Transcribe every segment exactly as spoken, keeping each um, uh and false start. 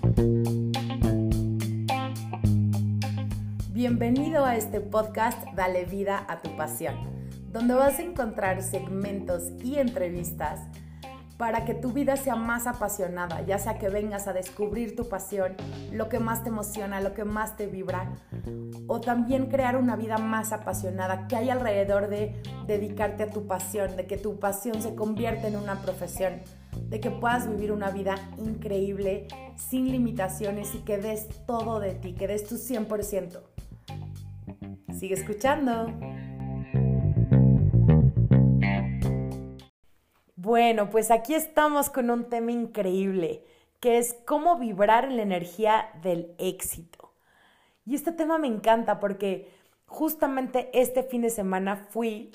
Bienvenido a este podcast Dale Vida a tu Pasión, donde vas a encontrar segmentos y entrevistas para que tu vida sea más apasionada, ya sea que vengas a descubrir tu pasión, lo que más te emociona, lo que más te vibra, o también crear una vida más apasionada que hay alrededor de dedicarte a tu pasión, de que tu pasión se convierta en una profesión, de que puedas vivir una vida increíble, sin limitaciones y que des todo de ti, que des tu cien por ciento. Sigue escuchando. Bueno, pues aquí estamos con un tema increíble, que es cómo vibrar en la energía del éxito. Y este tema me encanta porque justamente este fin de semana fui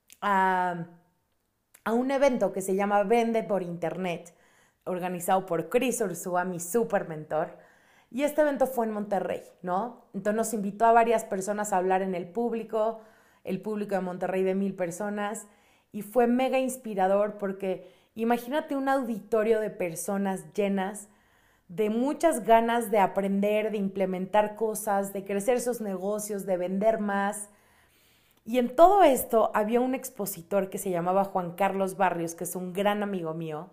a, a un evento que se llama Vende por Internet, organizado por Chris Ursúa, mi super mentor. Y este evento fue en Monterrey, ¿no? Entonces nos invitó a varias personas a hablar en el público, el público de Monterrey de mil personas, y fue mega inspirador porque imagínate un auditorio de personas llenas de muchas ganas de aprender, de implementar cosas, de crecer sus negocios, de vender más. Y en todo esto había un expositor que se llamaba Juan Carlos Barrios, que es un gran amigo mío,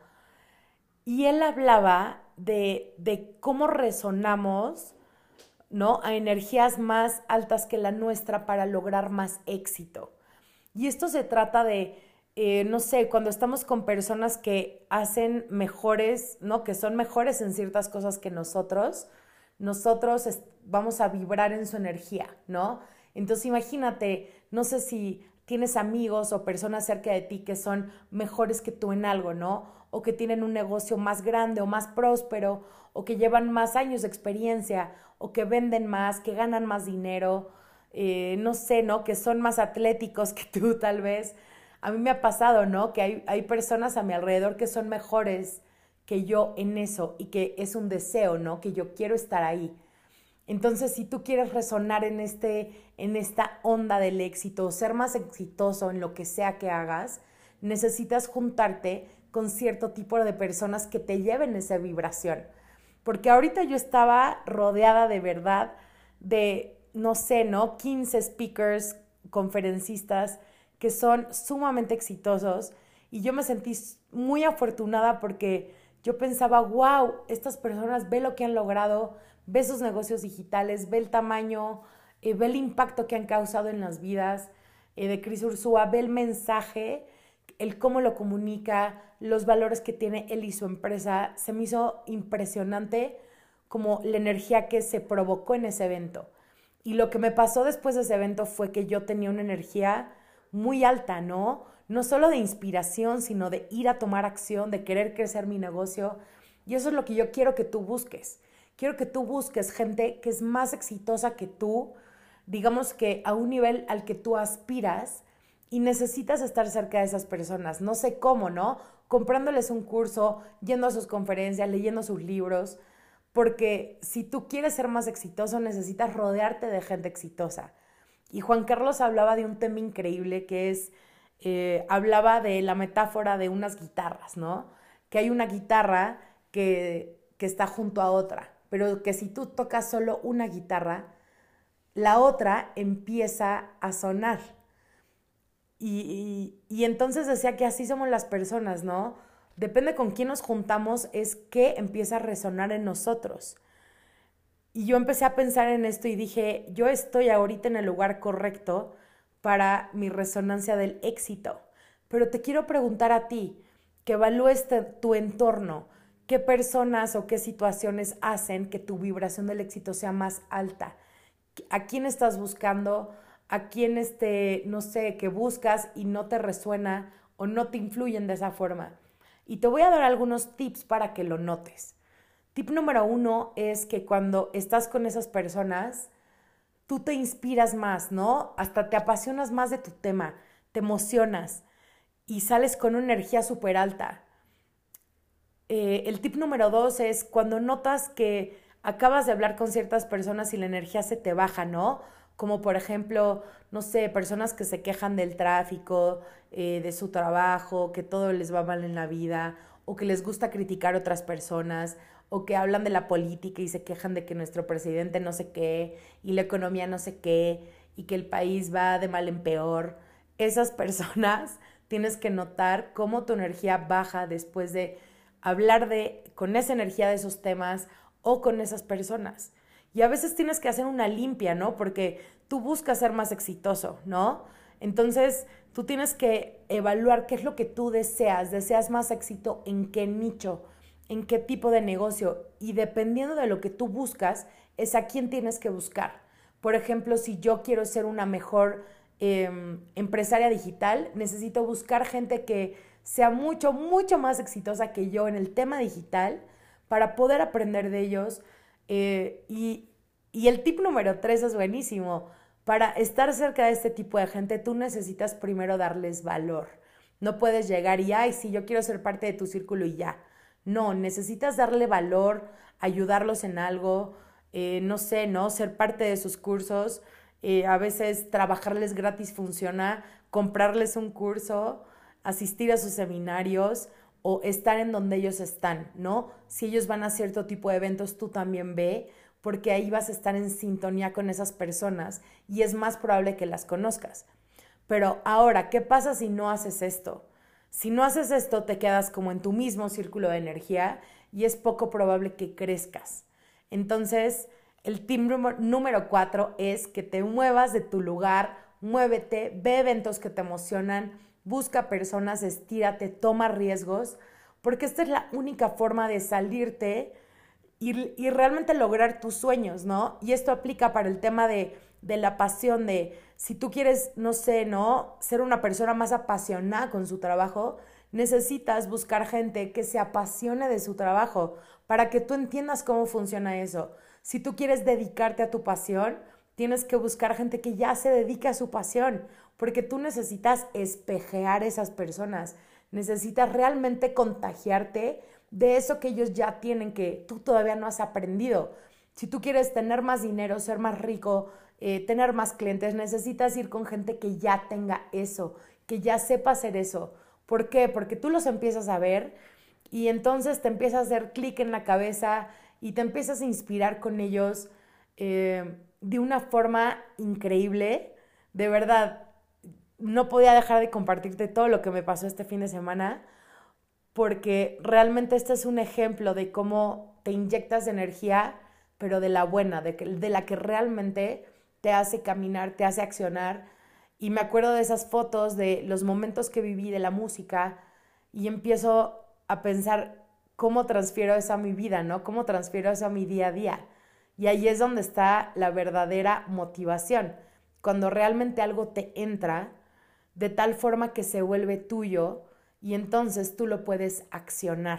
y él hablaba de, de cómo resonamos, ¿no?, a energías más altas que la nuestra para lograr más éxito. Y esto se trata de, eh, no sé, cuando estamos con personas que hacen mejores, ¿no?, que son mejores en ciertas cosas que nosotros, nosotros es, vamos a vibrar en su energía, ¿no? Entonces imagínate, no sé si tienes amigos o personas cerca de ti que son mejores que tú en algo, ¿no? O que tienen un negocio más grande o más próspero, o que llevan más años de experiencia, o que venden más, que ganan más dinero, eh, no sé, ¿no?, que son más atléticos que tú tal vez. A mí me ha pasado, ¿no?, que hay, hay personas a mi alrededor que son mejores que yo en eso y que es un deseo, ¿no?, que yo quiero estar ahí. Entonces, si tú quieres resonar en, este, en esta onda del éxito o ser más exitoso en lo que sea que hagas, necesitas juntarte con cierto tipo de personas que te lleven esa vibración. Porque ahorita yo estaba rodeada de verdad de, no sé, ¿no?, quince speakers, conferencistas que son sumamente exitosos y yo me sentí muy afortunada porque yo pensaba, wow, estas personas, ve lo que han logrado, ve sus negocios digitales, ve el tamaño, eh, ve el impacto que han causado en las vidas eh, de Chris Ursúa, ve el mensaje, el cómo lo comunica, los valores que tiene él y su empresa. Se me hizo impresionante como la energía que se provocó en ese evento. Y lo que me pasó después de ese evento fue que yo tenía una energía muy alta, ¿no? No solo de inspiración, sino de ir a tomar acción, de querer crecer mi negocio. Y eso es lo que yo quiero que tú busques. Quiero que tú busques gente que es más exitosa que tú, digamos que a un nivel al que tú aspiras, y necesitas estar cerca de esas personas. No sé cómo, ¿no? Comprándoles un curso, yendo a sus conferencias, leyendo sus libros, porque si tú quieres ser más exitoso, necesitas rodearte de gente exitosa. Y Juan Carlos hablaba de un tema increíble que es, eh, hablaba de la metáfora de unas guitarras, ¿no? Que hay una guitarra que, que está junto a otra, pero que si tú tocas solo una guitarra, la otra empieza a sonar. Y, y, y entonces decía que así somos las personas, ¿no? Depende con quién nos juntamos, es qué empieza a resonar en nosotros. Y yo empecé a pensar en esto y dije, yo estoy ahorita en el lugar correcto para mi resonancia del éxito. Pero te quiero preguntar a ti, que evalúes tu entorno, qué personas o qué situaciones hacen que tu vibración del éxito sea más alta. ¿A quién estás buscando? ¿A quién, este, no sé, que buscas y no te resuena o no te influyen de esa forma? Y te voy a dar algunos tips para que lo notes. Tip número uno es que cuando estás con esas personas, tú te inspiras más, ¿no? Hasta te apasionas más de tu tema, te emocionas y sales con una energía súper alta. Eh, el tip número dos es cuando notas que acabas de hablar con ciertas personas y la energía se te baja, ¿no? Como por ejemplo, no sé, personas que se quejan del tráfico, eh, de su trabajo, que todo les va mal en la vida, o que les gusta criticar a otras personas, o que hablan de la política y se quejan de que nuestro presidente no sé qué, y la economía no sé qué, y que el país va de mal en peor. Esas personas tienes que notar cómo tu energía baja después de hablar de, con esa energía de esos temas o con esas personas. Y a veces tienes que hacer una limpia, ¿no? Porque tú buscas ser más exitoso, ¿no? Entonces, tú tienes que evaluar qué es lo que tú deseas. ¿Deseas más éxito en qué nicho? ¿En qué tipo de negocio? Y dependiendo de lo que tú buscas, es a quién tienes que buscar. Por ejemplo, si yo quiero ser una mejor eh, empresaria digital, necesito buscar gente que sea mucho, mucho más exitosa que yo en el tema digital para poder aprender de ellos. Eh, y, y el tip número tres es buenísimo. Para estar cerca de este tipo de gente, tú necesitas primero darles valor. No puedes llegar y, ay, sí, yo quiero ser parte de tu círculo y ya. No, necesitas darle valor, ayudarlos en algo, eh, no sé, ¿no? Ser parte de sus cursos. Eh, a veces trabajarles gratis funciona, comprarles un curso, asistir a sus seminarios o estar en donde ellos están, ¿no? Si ellos van a cierto tipo de eventos, tú también ve, porque ahí vas a estar en sintonía con esas personas y es más probable que las conozcas. Pero ahora, ¿qué pasa si no haces esto? Si no haces esto, te quedas como en tu mismo círculo de energía y es poco probable que crezcas. Entonces, el tip número cuatro es que te muevas de tu lugar, muévete, ve eventos que te emocionan, busca personas, estírate, toma riesgos, porque esta es la única forma de salirte y, y realmente lograr tus sueños, ¿no? Y esto aplica para el tema de, de la pasión, de si tú quieres, no sé, ¿no? Ser una persona más apasionada con su trabajo, necesitas buscar gente que se apasione de su trabajo para que tú entiendas cómo funciona eso. Si tú quieres dedicarte a tu pasión, tienes que buscar gente que ya se dedique a su pasión, porque tú necesitas espejear a esas personas, necesitas realmente contagiarte de eso que ellos ya tienen que tú todavía no has aprendido. Si tú quieres tener más dinero, ser más rico, eh, tener más clientes, necesitas ir con gente que ya tenga eso, que ya sepa hacer eso. ¿Por qué? Porque tú los empiezas a ver y entonces te empieza a hacer clic en la cabeza y te empiezas a inspirar con ellos eh, de una forma increíble. De verdad, no podía dejar de compartirte todo lo que me pasó este fin de semana porque realmente este es un ejemplo de cómo te inyectas energía, pero de la buena, de, que, de la que realmente te hace caminar, te hace accionar. Y me acuerdo de esas fotos, de los momentos que viví, de la música, y empiezo a pensar cómo transfiero eso a mi vida, ¿no? Cómo transfiero eso a mi día a día. Y ahí es donde está la verdadera motivación. Cuando realmente algo te entra de tal forma que se vuelve tuyo y entonces tú lo puedes accionar.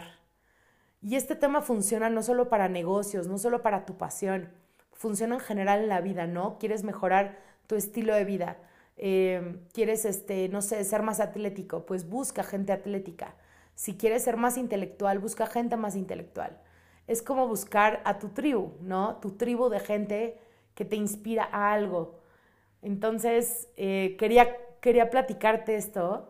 Y este tema funciona no solo para negocios, no solo para tu pasión, funciona en general en la vida, ¿no? Quieres mejorar tu estilo de vida, eh, quieres, este, no sé, ser más atlético, pues busca gente atlética. Si quieres ser más intelectual, busca gente más intelectual. Es como buscar a tu tribu, ¿no? Tu tribu de gente que te inspira a algo. Entonces, eh, quería, quería platicarte esto.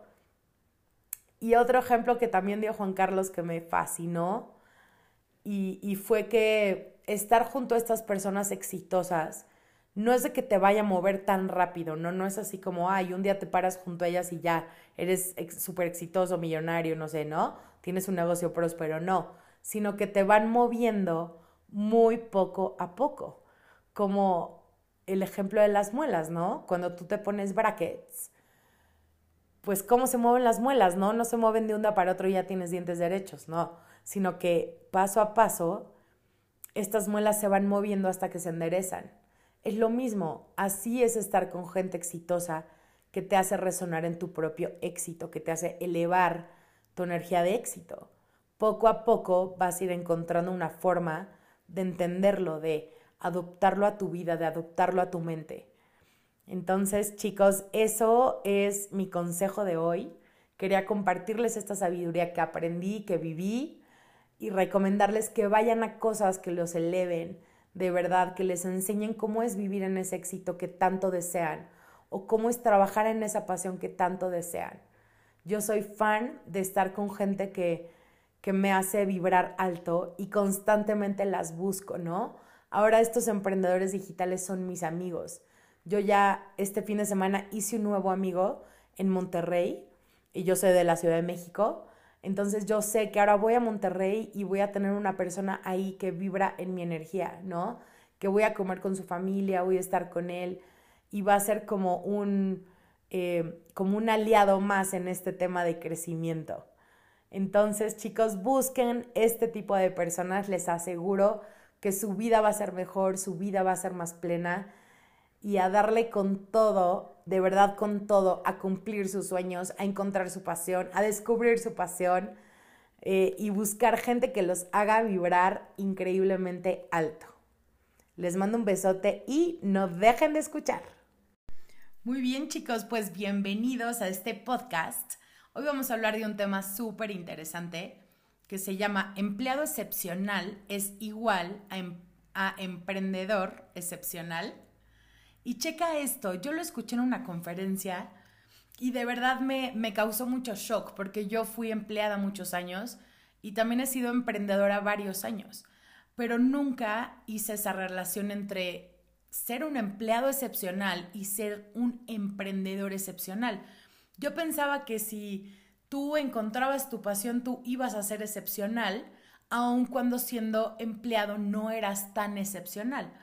Y otro ejemplo que también dio Juan Carlos que me fascinó y, y fue que estar junto a estas personas exitosas no es de que te vaya a mover tan rápido, ¿no? No es así como, ay, un día te paras junto a ellas y ya eres ex- súper exitoso, millonario, no sé, ¿no? Tienes un negocio próspero, no. Sino que te van moviendo muy poco a poco. Como el ejemplo de las muelas, ¿no? Cuando tú te pones brackets, pues cómo se mueven las muelas, ¿no? No se mueven de un día para otro y ya tienes dientes derechos, no. Sino que paso a paso, estas muelas se van moviendo hasta que se enderezan. Es lo mismo, así es estar con gente exitosa que te hace resonar en tu propio éxito, que te hace elevar tu energía de éxito. Poco a poco vas a ir encontrando una forma de entenderlo, de adoptarlo a tu vida, de adoptarlo a tu mente. Entonces, chicos, eso es mi consejo de hoy. Quería compartirles esta sabiduría que aprendí, que viví y recomendarles que vayan a cosas que los eleven, de verdad, que les enseñen cómo es vivir en ese éxito que tanto desean o cómo es trabajar en esa pasión que tanto desean. Yo soy fan de estar con gente que, que me hace vibrar alto y constantemente las busco, ¿no? Ahora estos emprendedores digitales son mis amigos. Yo ya este fin de semana hice un nuevo amigo en Monterrey y yo soy de la Ciudad de México. Entonces yo sé que ahora voy a Monterrey y voy a tener una persona ahí que vibra en mi energía, ¿no? Que voy a comer con su familia, voy a estar con él y va a ser como un, eh, como un aliado más en este tema de crecimiento. Entonces, chicos, busquen este tipo de personas, les aseguro que su vida va a ser mejor, su vida va a ser más plena y a darle con todo, de verdad con todo, a cumplir sus sueños, a encontrar su pasión, a descubrir su pasión eh, y buscar gente que los haga vibrar increíblemente alto. Les mando un besote y no dejen de escuchar. Muy bien, chicos, pues bienvenidos a este podcast. Hoy vamos a hablar de un tema súper interesante que se llama empleado excepcional es igual a, em- a emprendedor excepcional. Y checa esto, yo lo escuché en una conferencia y de verdad me, me causó mucho shock porque yo fui empleada muchos años y también he sido emprendedora varios años, pero nunca hice esa relación entre ser un empleado excepcional y ser un emprendedor excepcional. Yo pensaba que si tú encontrabas tu pasión, tú ibas a ser excepcional, aun cuando siendo empleado no eras tan excepcional.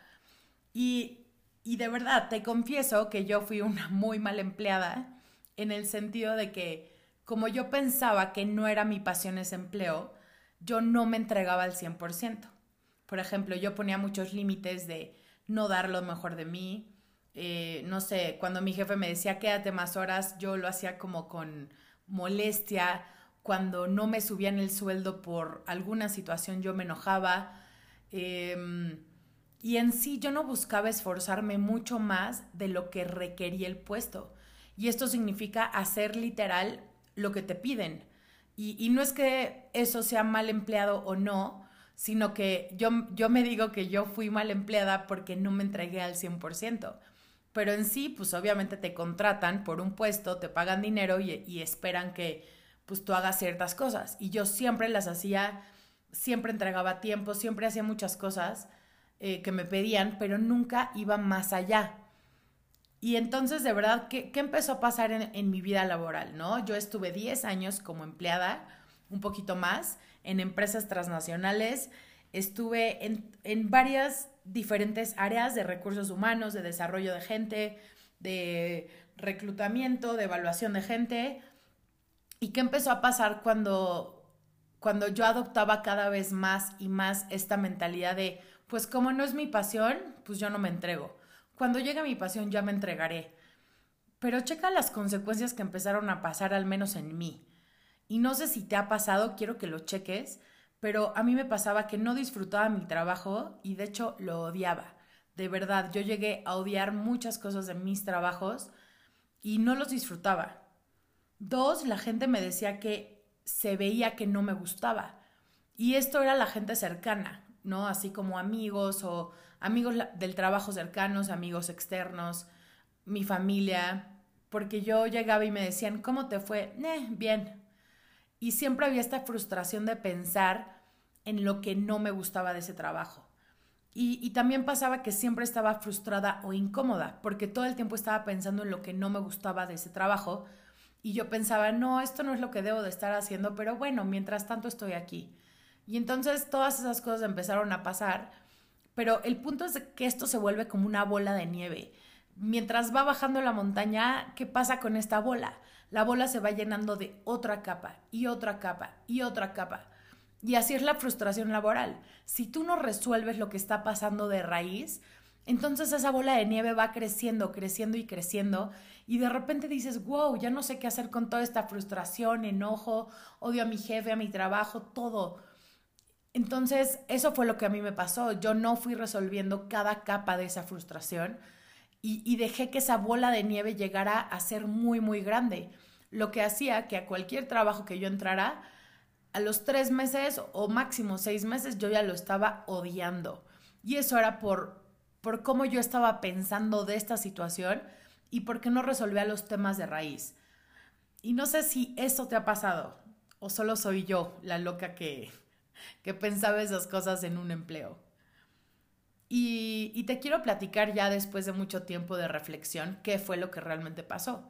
Y, y de verdad, te confieso que yo fui una muy mala empleada en el sentido de que como yo pensaba que no era mi pasión ese empleo, yo no me entregaba al cien por ciento. Por ejemplo, yo ponía muchos límites de no dar lo mejor de mí. Eh, no sé, cuando mi jefe me decía quédate más horas, yo lo hacía como con molestia. Cuando no me subían el sueldo por alguna situación, yo me enojaba. Eh, y en sí yo no buscaba esforzarme mucho más de lo que requería el puesto. Y esto significa hacer literal lo que te piden. Y, y no es que eso sea mal empleado o no, sino que yo, yo me digo que yo fui mal empleada porque no me entregué al cien por ciento. Pero en sí, pues obviamente te contratan por un puesto, te pagan dinero y, y esperan que pues tú hagas ciertas cosas. Y yo siempre las hacía, siempre entregaba tiempo, siempre hacía muchas cosas eh, que me pedían, pero nunca iba más allá. Y entonces, de verdad, ¿qué, qué empezó a pasar en, en mi vida laboral, no? Yo estuve diez años como empleada, un poquito más, en empresas transnacionales. Estuve en, en varias diferentes áreas de recursos humanos, de desarrollo de gente, de reclutamiento, de evaluación de gente. ¿Y qué empezó a pasar cuando, cuando yo adoptaba cada vez más y más esta mentalidad de, pues como no es mi pasión, pues yo no me entrego? Cuando llegue mi pasión ya me entregaré. Pero checa las consecuencias que empezaron a pasar, al menos en mí. Y no sé si te ha pasado, quiero que lo cheques, pero a mí me pasaba que no disfrutaba mi trabajo y de hecho lo odiaba. De verdad, yo llegué a odiar muchas cosas de mis trabajos y no los disfrutaba. Dos, la gente me decía que se veía que no me gustaba. Y esto era la gente cercana, ¿no? Así como amigos o amigos del trabajo cercanos, amigos externos, mi familia, porque yo llegaba y me decían, ¿cómo te fue? Eh, bien. Y siempre había esta frustración de pensar en lo que no me gustaba de ese trabajo. Y, y también pasaba que siempre estaba frustrada o incómoda, porque todo el tiempo estaba pensando en lo que no me gustaba de ese trabajo. Y yo pensaba, no, esto no es lo que debo de estar haciendo, pero bueno, mientras tanto estoy aquí. Y entonces todas esas cosas empezaron a pasar, pero el punto es que esto se vuelve como una bola de nieve. Mientras va bajando la montaña, ¿qué pasa con esta bola? La bola se va llenando de otra capa y otra capa y otra capa. Y así es la frustración laboral. Si tú no resuelves lo que está pasando de raíz, entonces esa bola de nieve va creciendo, creciendo y creciendo y de repente dices, wow, ya no sé qué hacer con toda esta frustración, enojo, odio a mi jefe, a mi trabajo, todo. Entonces eso fue lo que a mí me pasó. Yo no fui resolviendo cada capa de esa frustración y, y dejé que esa bola de nieve llegara a ser muy, muy grande. Lo que hacía que a cualquier trabajo que yo entrara, a los tres meses o máximo seis meses yo ya lo estaba odiando. Y eso era por, por cómo yo estaba pensando de esta situación y por qué no resolvía los temas de raíz. Y no sé si eso te ha pasado. ¿O solo soy yo la loca que, que pensaba esas cosas en un empleo? Y, y te quiero platicar ya después de mucho tiempo de reflexión qué fue lo que realmente pasó.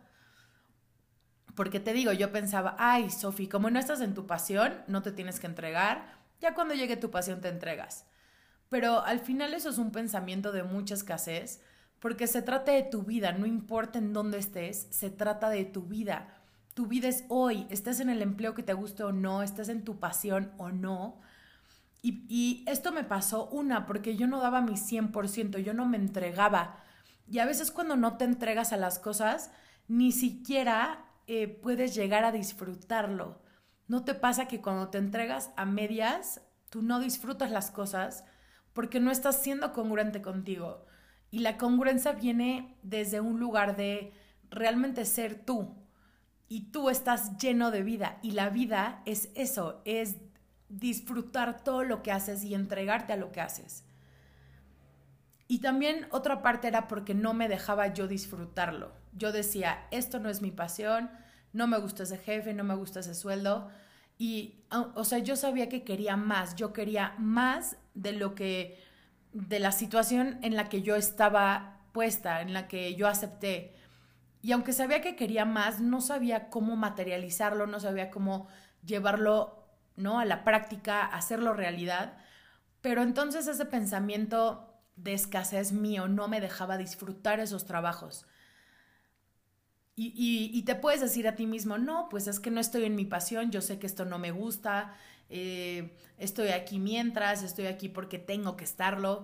Porque te digo, yo pensaba, ay, Sofi, como no estás en tu pasión, no te tienes que entregar, ya cuando llegue tu pasión te entregas. Pero al final eso es un pensamiento de mucha escasez, porque se trata de tu vida, no importa en dónde estés, se trata de tu vida. Tu vida es hoy, estés en el empleo que te guste o no, estés en tu pasión o no. Y, y esto me pasó una, porque yo no daba mi cien por ciento, yo no me entregaba. Y a veces cuando no te entregas a las cosas, ni siquiera eh, puedes llegar a disfrutarlo. ¿No te pasa que cuando te entregas a medias, tú no disfrutas las cosas porque no estás siendo congruente contigo? Y la congruencia viene desde un lugar de realmente ser tú. Y tú estás lleno de vida. Y la vida es eso, es disfrutar todo lo que haces y entregarte a lo que haces. Y también otra parte era porque no me dejaba yo disfrutarlo. Yo decía, esto no es mi pasión, no me gusta ese jefe, no me gusta ese sueldo. Y, o sea, yo sabía que quería más, yo quería más de lo que, de la situación en la que yo estaba puesta, en la que yo acepté. Y aunque sabía que quería más, no sabía cómo materializarlo, no sabía cómo llevarlo, ¿no?, a la práctica, hacerlo realidad. Pero entonces ese pensamiento de escasez mío no me dejaba disfrutar esos trabajos. Y, y, y te puedes decir a ti mismo, no, pues es que no estoy en mi pasión, yo sé que esto no me gusta, eh, estoy aquí mientras, estoy aquí porque tengo que estarlo.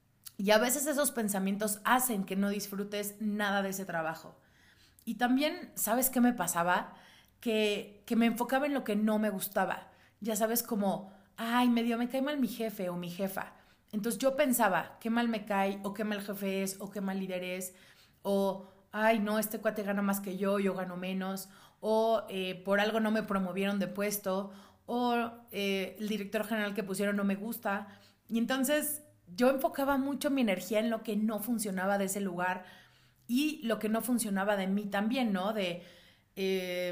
Y a veces esos pensamientos hacen que no disfrutes nada de ese trabajo. Y también, ¿sabes qué me pasaba? Que, que me enfocaba en lo que no me gustaba. Ya sabes, como, ay, medio me cae mal mi jefe o mi jefa. Entonces yo pensaba, qué mal me cae, o qué mal jefe es, o qué mal líder es, o, ay, no, este cuate gana más que yo, yo gano menos, o eh, por algo no me promovieron de puesto, o eh, el director general que pusieron no me gusta. Y entonces yo enfocaba mucho mi energía en lo que no funcionaba de ese lugar y lo que no funcionaba de mí también, ¿no? De, eh,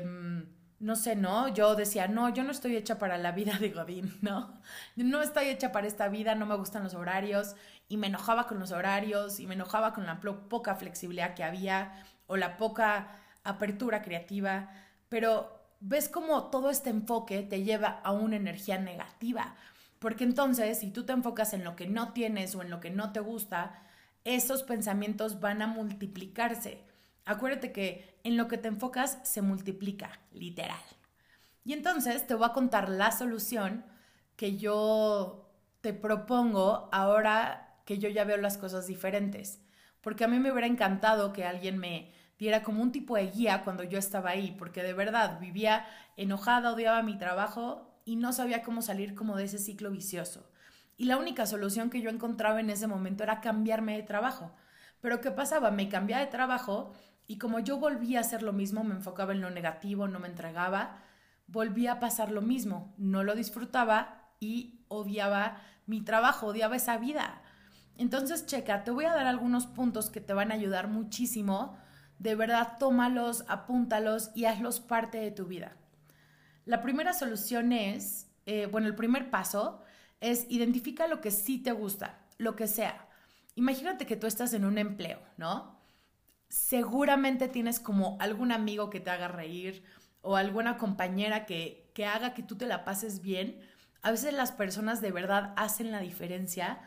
no sé, ¿no? Yo decía, no, yo no estoy hecha para la vida de Godín, ¿no? No estoy hecha para esta vida, no me gustan los horarios, y me enojaba con los horarios, y me enojaba con la poca flexibilidad que había, o la poca apertura creativa, pero ves cómo todo este enfoque te lleva a una energía negativa, porque entonces, si tú te enfocas en lo que no tienes o en lo que no te gusta, esos pensamientos van a multiplicarse. Acuérdate que en lo que te enfocas se multiplica, literal. Y entonces te voy a contar la solución que yo te propongo ahora que yo ya veo las cosas diferentes. Porque a mí me hubiera encantado que alguien me diera como un tipo de guía cuando yo estaba ahí, porque de verdad vivía enojada, odiaba mi trabajo y no sabía cómo salir como de ese ciclo vicioso. Y la única solución que yo encontraba en ese momento era cambiarme de trabajo. Pero ¿qué pasaba? Me cambiaba de trabajo y como yo volvía a hacer lo mismo, me enfocaba en lo negativo, no me entregaba, volvía a pasar lo mismo. No lo disfrutaba y odiaba mi trabajo, odiaba esa vida. Entonces, checa, te voy a dar algunos puntos que te van a ayudar muchísimo. De verdad, tómalos, apúntalos y hazlos parte de tu vida. La primera solución es, eh, bueno, el primer paso es identifica lo que sí te gusta, lo que sea. Imagínate que tú estás en un empleo, ¿no? Seguramente tienes como algún amigo que te haga reír o alguna compañera que, que haga que tú te la pases bien. A veces las personas de verdad hacen la diferencia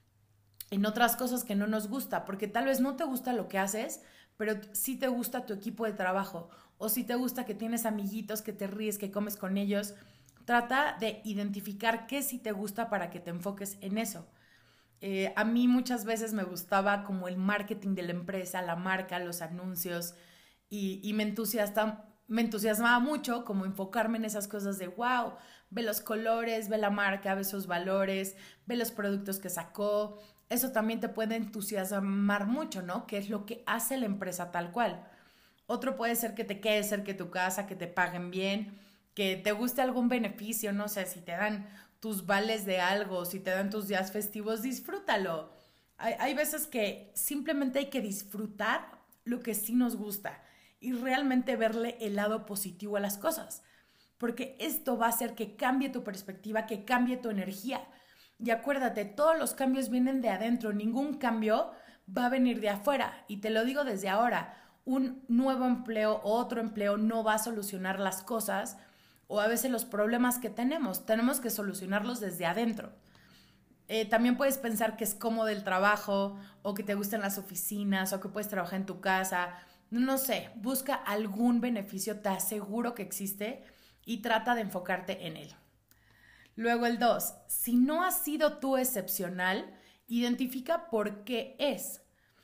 en otras cosas que no nos gusta, porque tal vez no te gusta lo que haces, pero sí te gusta tu equipo de trabajo, o sí te gusta que tienes amiguitos, que te ríes, que comes con ellos. Trata de identificar qué sí te gusta para que te enfoques en eso. Eh, a mí muchas veces me gustaba como el marketing de la empresa, la marca, los anuncios, y, y me, entusiasma, me entusiasmaba mucho como enfocarme en esas cosas de wow, ve los colores, ve la marca, ve sus valores, ve los productos que sacó. Eso también te puede entusiasmar mucho, ¿no? Que es lo que hace la empresa tal cual. Otro puede ser que te quedes cerca de tu casa, que te paguen bien, que te guste algún beneficio, no sé, si te dan tus vales de algo, si te dan tus días festivos, disfrútalo. Hay, hay veces que simplemente hay que disfrutar lo que sí nos gusta y realmente verle el lado positivo a las cosas. porque esto va a hacer que cambie tu perspectiva, que cambie tu energía. Y acuérdate, todos los cambios vienen de adentro, ningún cambio va a venir de afuera. Y te lo digo desde ahora, un nuevo empleo o otro empleo no va a solucionar las cosas o a veces los problemas que tenemos. Tenemos que solucionarlos desde adentro. Eh, también puedes pensar que es cómodo el trabajo o que te gustan las oficinas o que puedes trabajar en tu casa. No sé, busca algún beneficio, te aseguro que existe y trata de enfocarte en él. Luego el dos, si no has sido tú excepcional, identifica por qué es.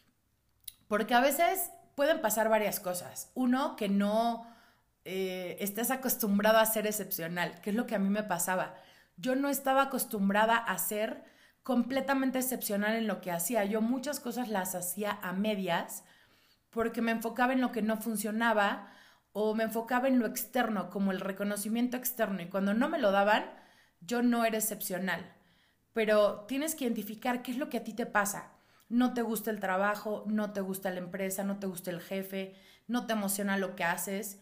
Porque a veces pueden pasar varias cosas. Uno, que no eh, estés acostumbrado a ser excepcional, que es lo que a mí me pasaba. Yo no estaba acostumbrada a ser completamente excepcional en lo que hacía. Yo muchas cosas las hacía a medias porque me enfocaba en lo que no funcionaba o me enfocaba en lo externo, como el reconocimiento externo. Y cuando no me lo daban, yo no era excepcional. Pero tienes que identificar qué es lo que a ti te pasa. No te gusta el trabajo, no te gusta la empresa, no te gusta el jefe, no te emociona lo que haces.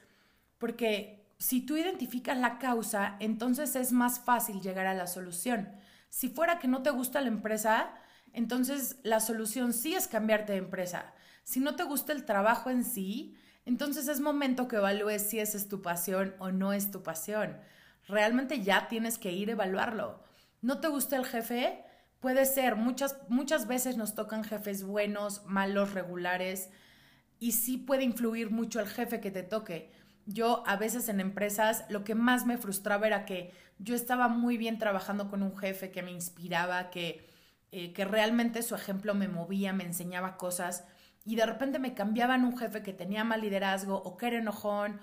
Porque si tú identificas la causa, entonces es más fácil llegar a la solución. Si fuera que no te gusta la empresa, entonces la solución sí es cambiarte de empresa. Si no te gusta el trabajo en sí, entonces es momento que evalúes si esa es tu pasión o no es tu pasión. Realmente ya tienes que ir a evaluarlo. ¿No te gusta el jefe? Puede ser, muchas, muchas veces nos tocan jefes buenos, malos, regulares, y sí puede influir mucho el jefe que te toque. Yo a veces en empresas lo que más me frustraba era que yo estaba muy bien trabajando con un jefe que me inspiraba, que, eh, que realmente su ejemplo me movía, me enseñaba cosas, y de repente me cambiaban un jefe que tenía mal liderazgo o que era enojón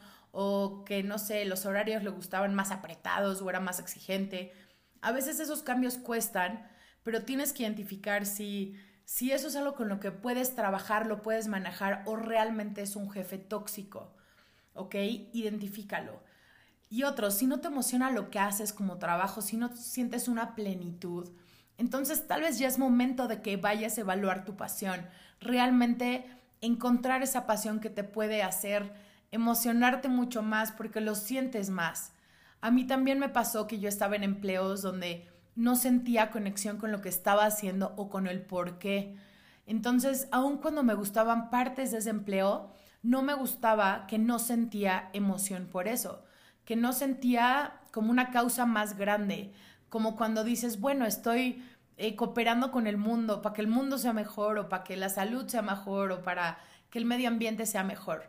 o que, no sé, los horarios le gustaban más apretados o era más exigente. A veces esos cambios cuestan, pero tienes que identificar si, si eso es algo con lo que puedes trabajar, lo puedes manejar o realmente es un jefe tóxico. ¿Ok? Identifícalo. Y otro, si no te emociona lo que haces como trabajo, si no sientes una plenitud, entonces tal vez ya es momento de que vayas a evaluar tu pasión. Realmente encontrar esa pasión que te puede hacer emocionarte mucho más porque lo sientes más. A mí también me pasó que yo estaba en empleos donde no sentía conexión con lo que estaba haciendo o con el por qué. Entonces, aun cuando me gustaban partes de ese empleo, no me gustaba que no sentía emoción por eso, que no sentía como una causa más grande, como cuando dices, bueno, estoy eh, cooperando con el mundo para que el mundo sea mejor o para que la salud sea mejor o para que el medio ambiente sea mejor.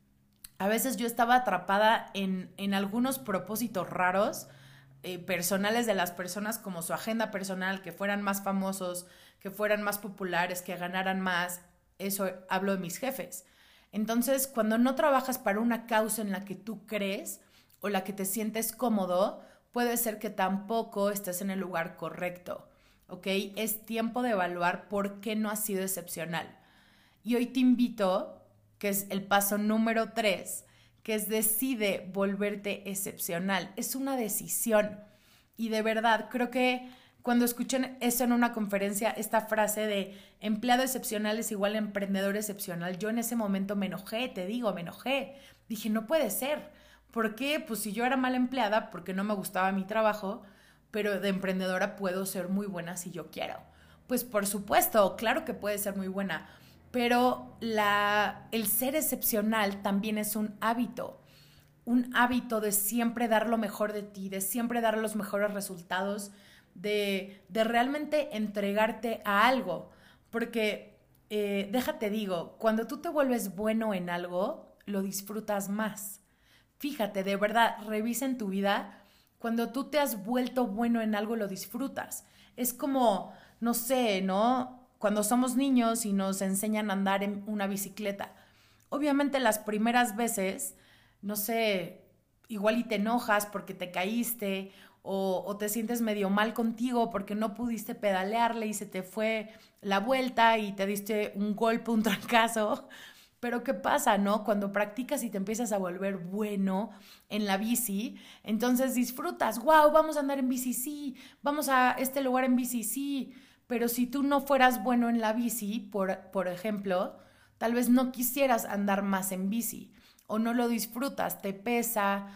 A veces yo estaba atrapada en, en algunos propósitos raros, eh, personales de las personas, como su agenda personal, que fueran más famosos, que fueran más populares, que ganaran más. Eso hablo de mis jefes. Entonces, cuando no trabajas para una causa en la que tú crees o la que te sientes cómodo, puede ser que tampoco estés en el lugar correcto, ¿ok? Es tiempo de evaluar por qué no has sido excepcional. Y hoy te invito, que es el paso número tres, que es decide volverte excepcional. Es una decisión. Y de verdad, creo que cuando escuché eso en una conferencia, esta frase de empleado excepcional es igual a emprendedor excepcional, yo en ese momento me enojé, te digo, me enojé. Dije, no puede ser. ¿Por qué? Pues si yo era mala empleada, porque no me gustaba mi trabajo, pero de emprendedora puedo ser muy buena si yo quiero. Pues por supuesto, claro que puede ser muy buena, pero la, el ser excepcional también es un hábito. Un hábito de siempre dar lo mejor de ti, de siempre dar los mejores resultados, de, de realmente entregarte a algo. Porque, eh, déjate digo, cuando tú te vuelves bueno en algo, lo disfrutas más. Fíjate, de verdad, revisa en tu vida, cuando tú te has vuelto bueno en algo, lo disfrutas. Es como, no sé, ¿no? Cuando somos niños y nos enseñan a andar en una bicicleta. Obviamente las primeras veces, no sé, igual y te enojas porque te caíste o, o te sientes medio mal contigo porque no pudiste pedalearle y se te fue la vuelta y te diste un golpe, un trancazo. Pero ¿qué pasa, no? Cuando practicas y te empiezas a volver bueno en la bici, entonces disfrutas, wow, vamos a andar en bici, sí, vamos a este lugar en bici, sí. Pero si tú no fueras bueno en la bici, por, por ejemplo, tal vez no quisieras andar más en bici o no lo disfrutas, te pesa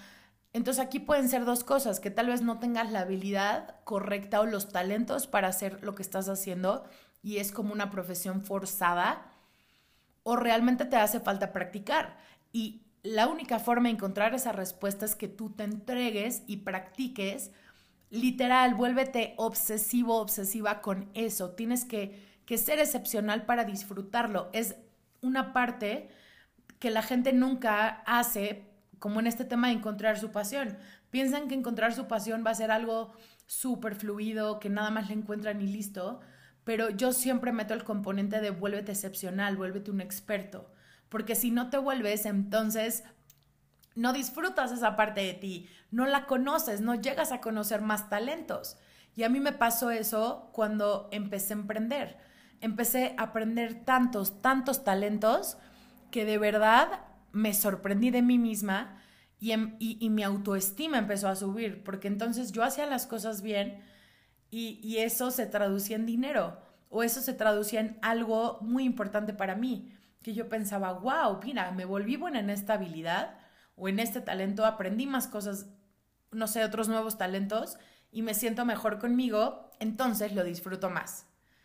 Entonces aquí pueden ser dos cosas, que tal vez no tengas la habilidad correcta o los talentos para hacer lo que estás haciendo y es como una profesión forzada, o realmente te hace falta practicar. Y la única forma de encontrar esa respuesta es que tú te entregues y practiques. Literal, vuélvete obsesivo, obsesiva con eso. Tienes que, que ser excepcional para disfrutarlo. Es una parte que la gente nunca hace, como en este tema de encontrar su pasión. Piensan que encontrar su pasión va a ser algo súper fluido, que nada más le encuentran y listo, pero yo siempre meto el componente de vuélvete excepcional, vuélvete un experto, porque si no te vuelves, entonces no disfrutas esa parte de ti, no la conoces, no llegas a conocer más talentos. Y a mí me pasó eso cuando empecé a emprender. Empecé a aprender tantos, tantos talentos que de verdad me sorprendí de mí misma y, y, y mi autoestima empezó a subir, porque entonces yo hacía las cosas bien y, y eso se traducía en dinero o eso se traducía en algo muy importante para mí, que yo pensaba, wow, mira, me volví buena en esta habilidad o en este talento, aprendí más cosas, no sé, otros nuevos talentos y me siento mejor conmigo, entonces lo disfruto más.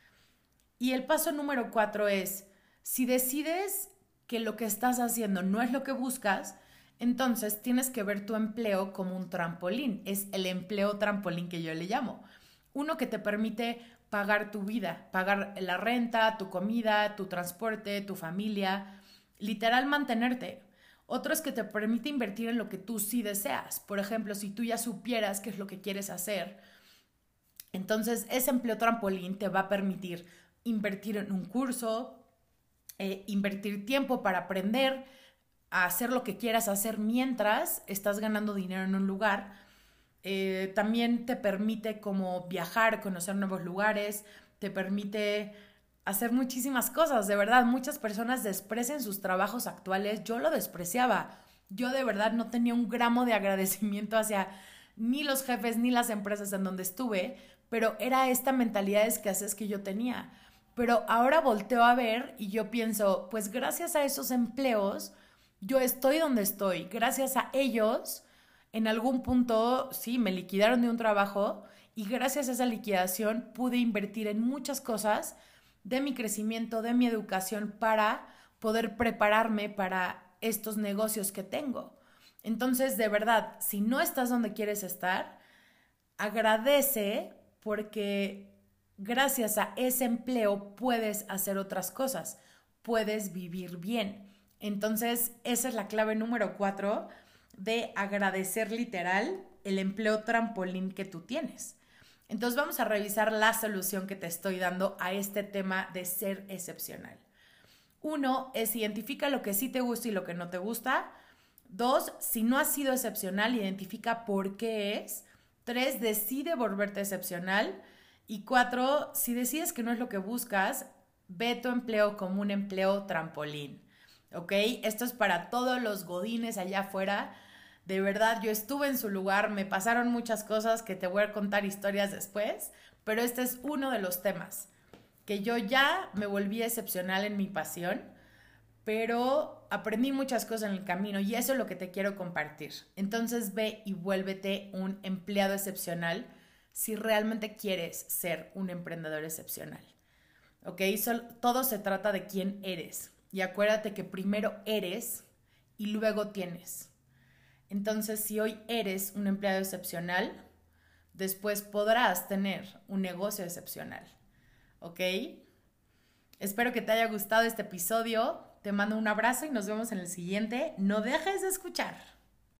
Y el paso número cuatro es, si decides que lo que estás haciendo no es lo que buscas, entonces tienes que ver tu empleo como un trampolín. Es el empleo trampolín que yo le llamo. Uno que te permite pagar tu vida, pagar la renta, tu comida, tu transporte, tu familia, literal mantenerte. Otro es que te permite invertir en lo que tú sí deseas. Por ejemplo, si tú ya supieras qué es lo que quieres hacer, entonces ese empleo trampolín te va a permitir invertir en un curso, eh, invertir tiempo para aprender a hacer lo que quieras hacer mientras estás ganando dinero en un lugar. Eh, también te permite como viajar, conocer nuevos lugares, te permite hacer muchísimas cosas, de verdad. Muchas personas desprecian sus trabajos actuales, yo lo despreciaba, yo de verdad no tenía un gramo de agradecimiento hacia ni los jefes ni las empresas en donde estuve, pero era esta mentalidad de escasez que yo tenía. Pero ahora volteo a ver y yo pienso, pues gracias a esos empleos, yo estoy donde estoy. Gracias a ellos, en algún punto, sí, me liquidaron de un trabajo y gracias a esa liquidación pude invertir en muchas cosas de mi crecimiento, de mi educación para poder prepararme para estos negocios que tengo. Entonces, de verdad, si no estás donde quieres estar, agradece porque gracias a ese empleo puedes hacer otras cosas, puedes vivir bien. Entonces, esa es la clave número cuatro de agradecer literal el empleo trampolín que tú tienes. Entonces, vamos a revisar la solución que te estoy dando a este tema de ser excepcional. Uno es identifica lo que sí te gusta y lo que no te gusta. Dos, si no has sido excepcional, identifica por qué es. Tres, decide volverte excepcional. Y cuatro, si decides que no es lo que buscas, ve tu empleo como un empleo trampolín, ¿ok? Esto es para todos los godines allá afuera. De verdad, yo estuve en su lugar, me pasaron muchas cosas que te voy a contar historias después, pero este es uno de los temas, que yo ya me volví excepcional en mi pasión, pero aprendí muchas cosas en el camino y eso es lo que te quiero compartir. Entonces ve y vuélvete un empleado excepcional si realmente quieres ser un emprendedor excepcional, ¿ok? Sol- todo se trata de quién eres. Y acuérdate que primero eres y luego tienes. Entonces, si hoy eres un empleado excepcional, después podrás tener un negocio excepcional, ¿ok? Espero que te haya gustado este episodio. Te mando un abrazo y nos vemos en el siguiente. No dejes de escuchar.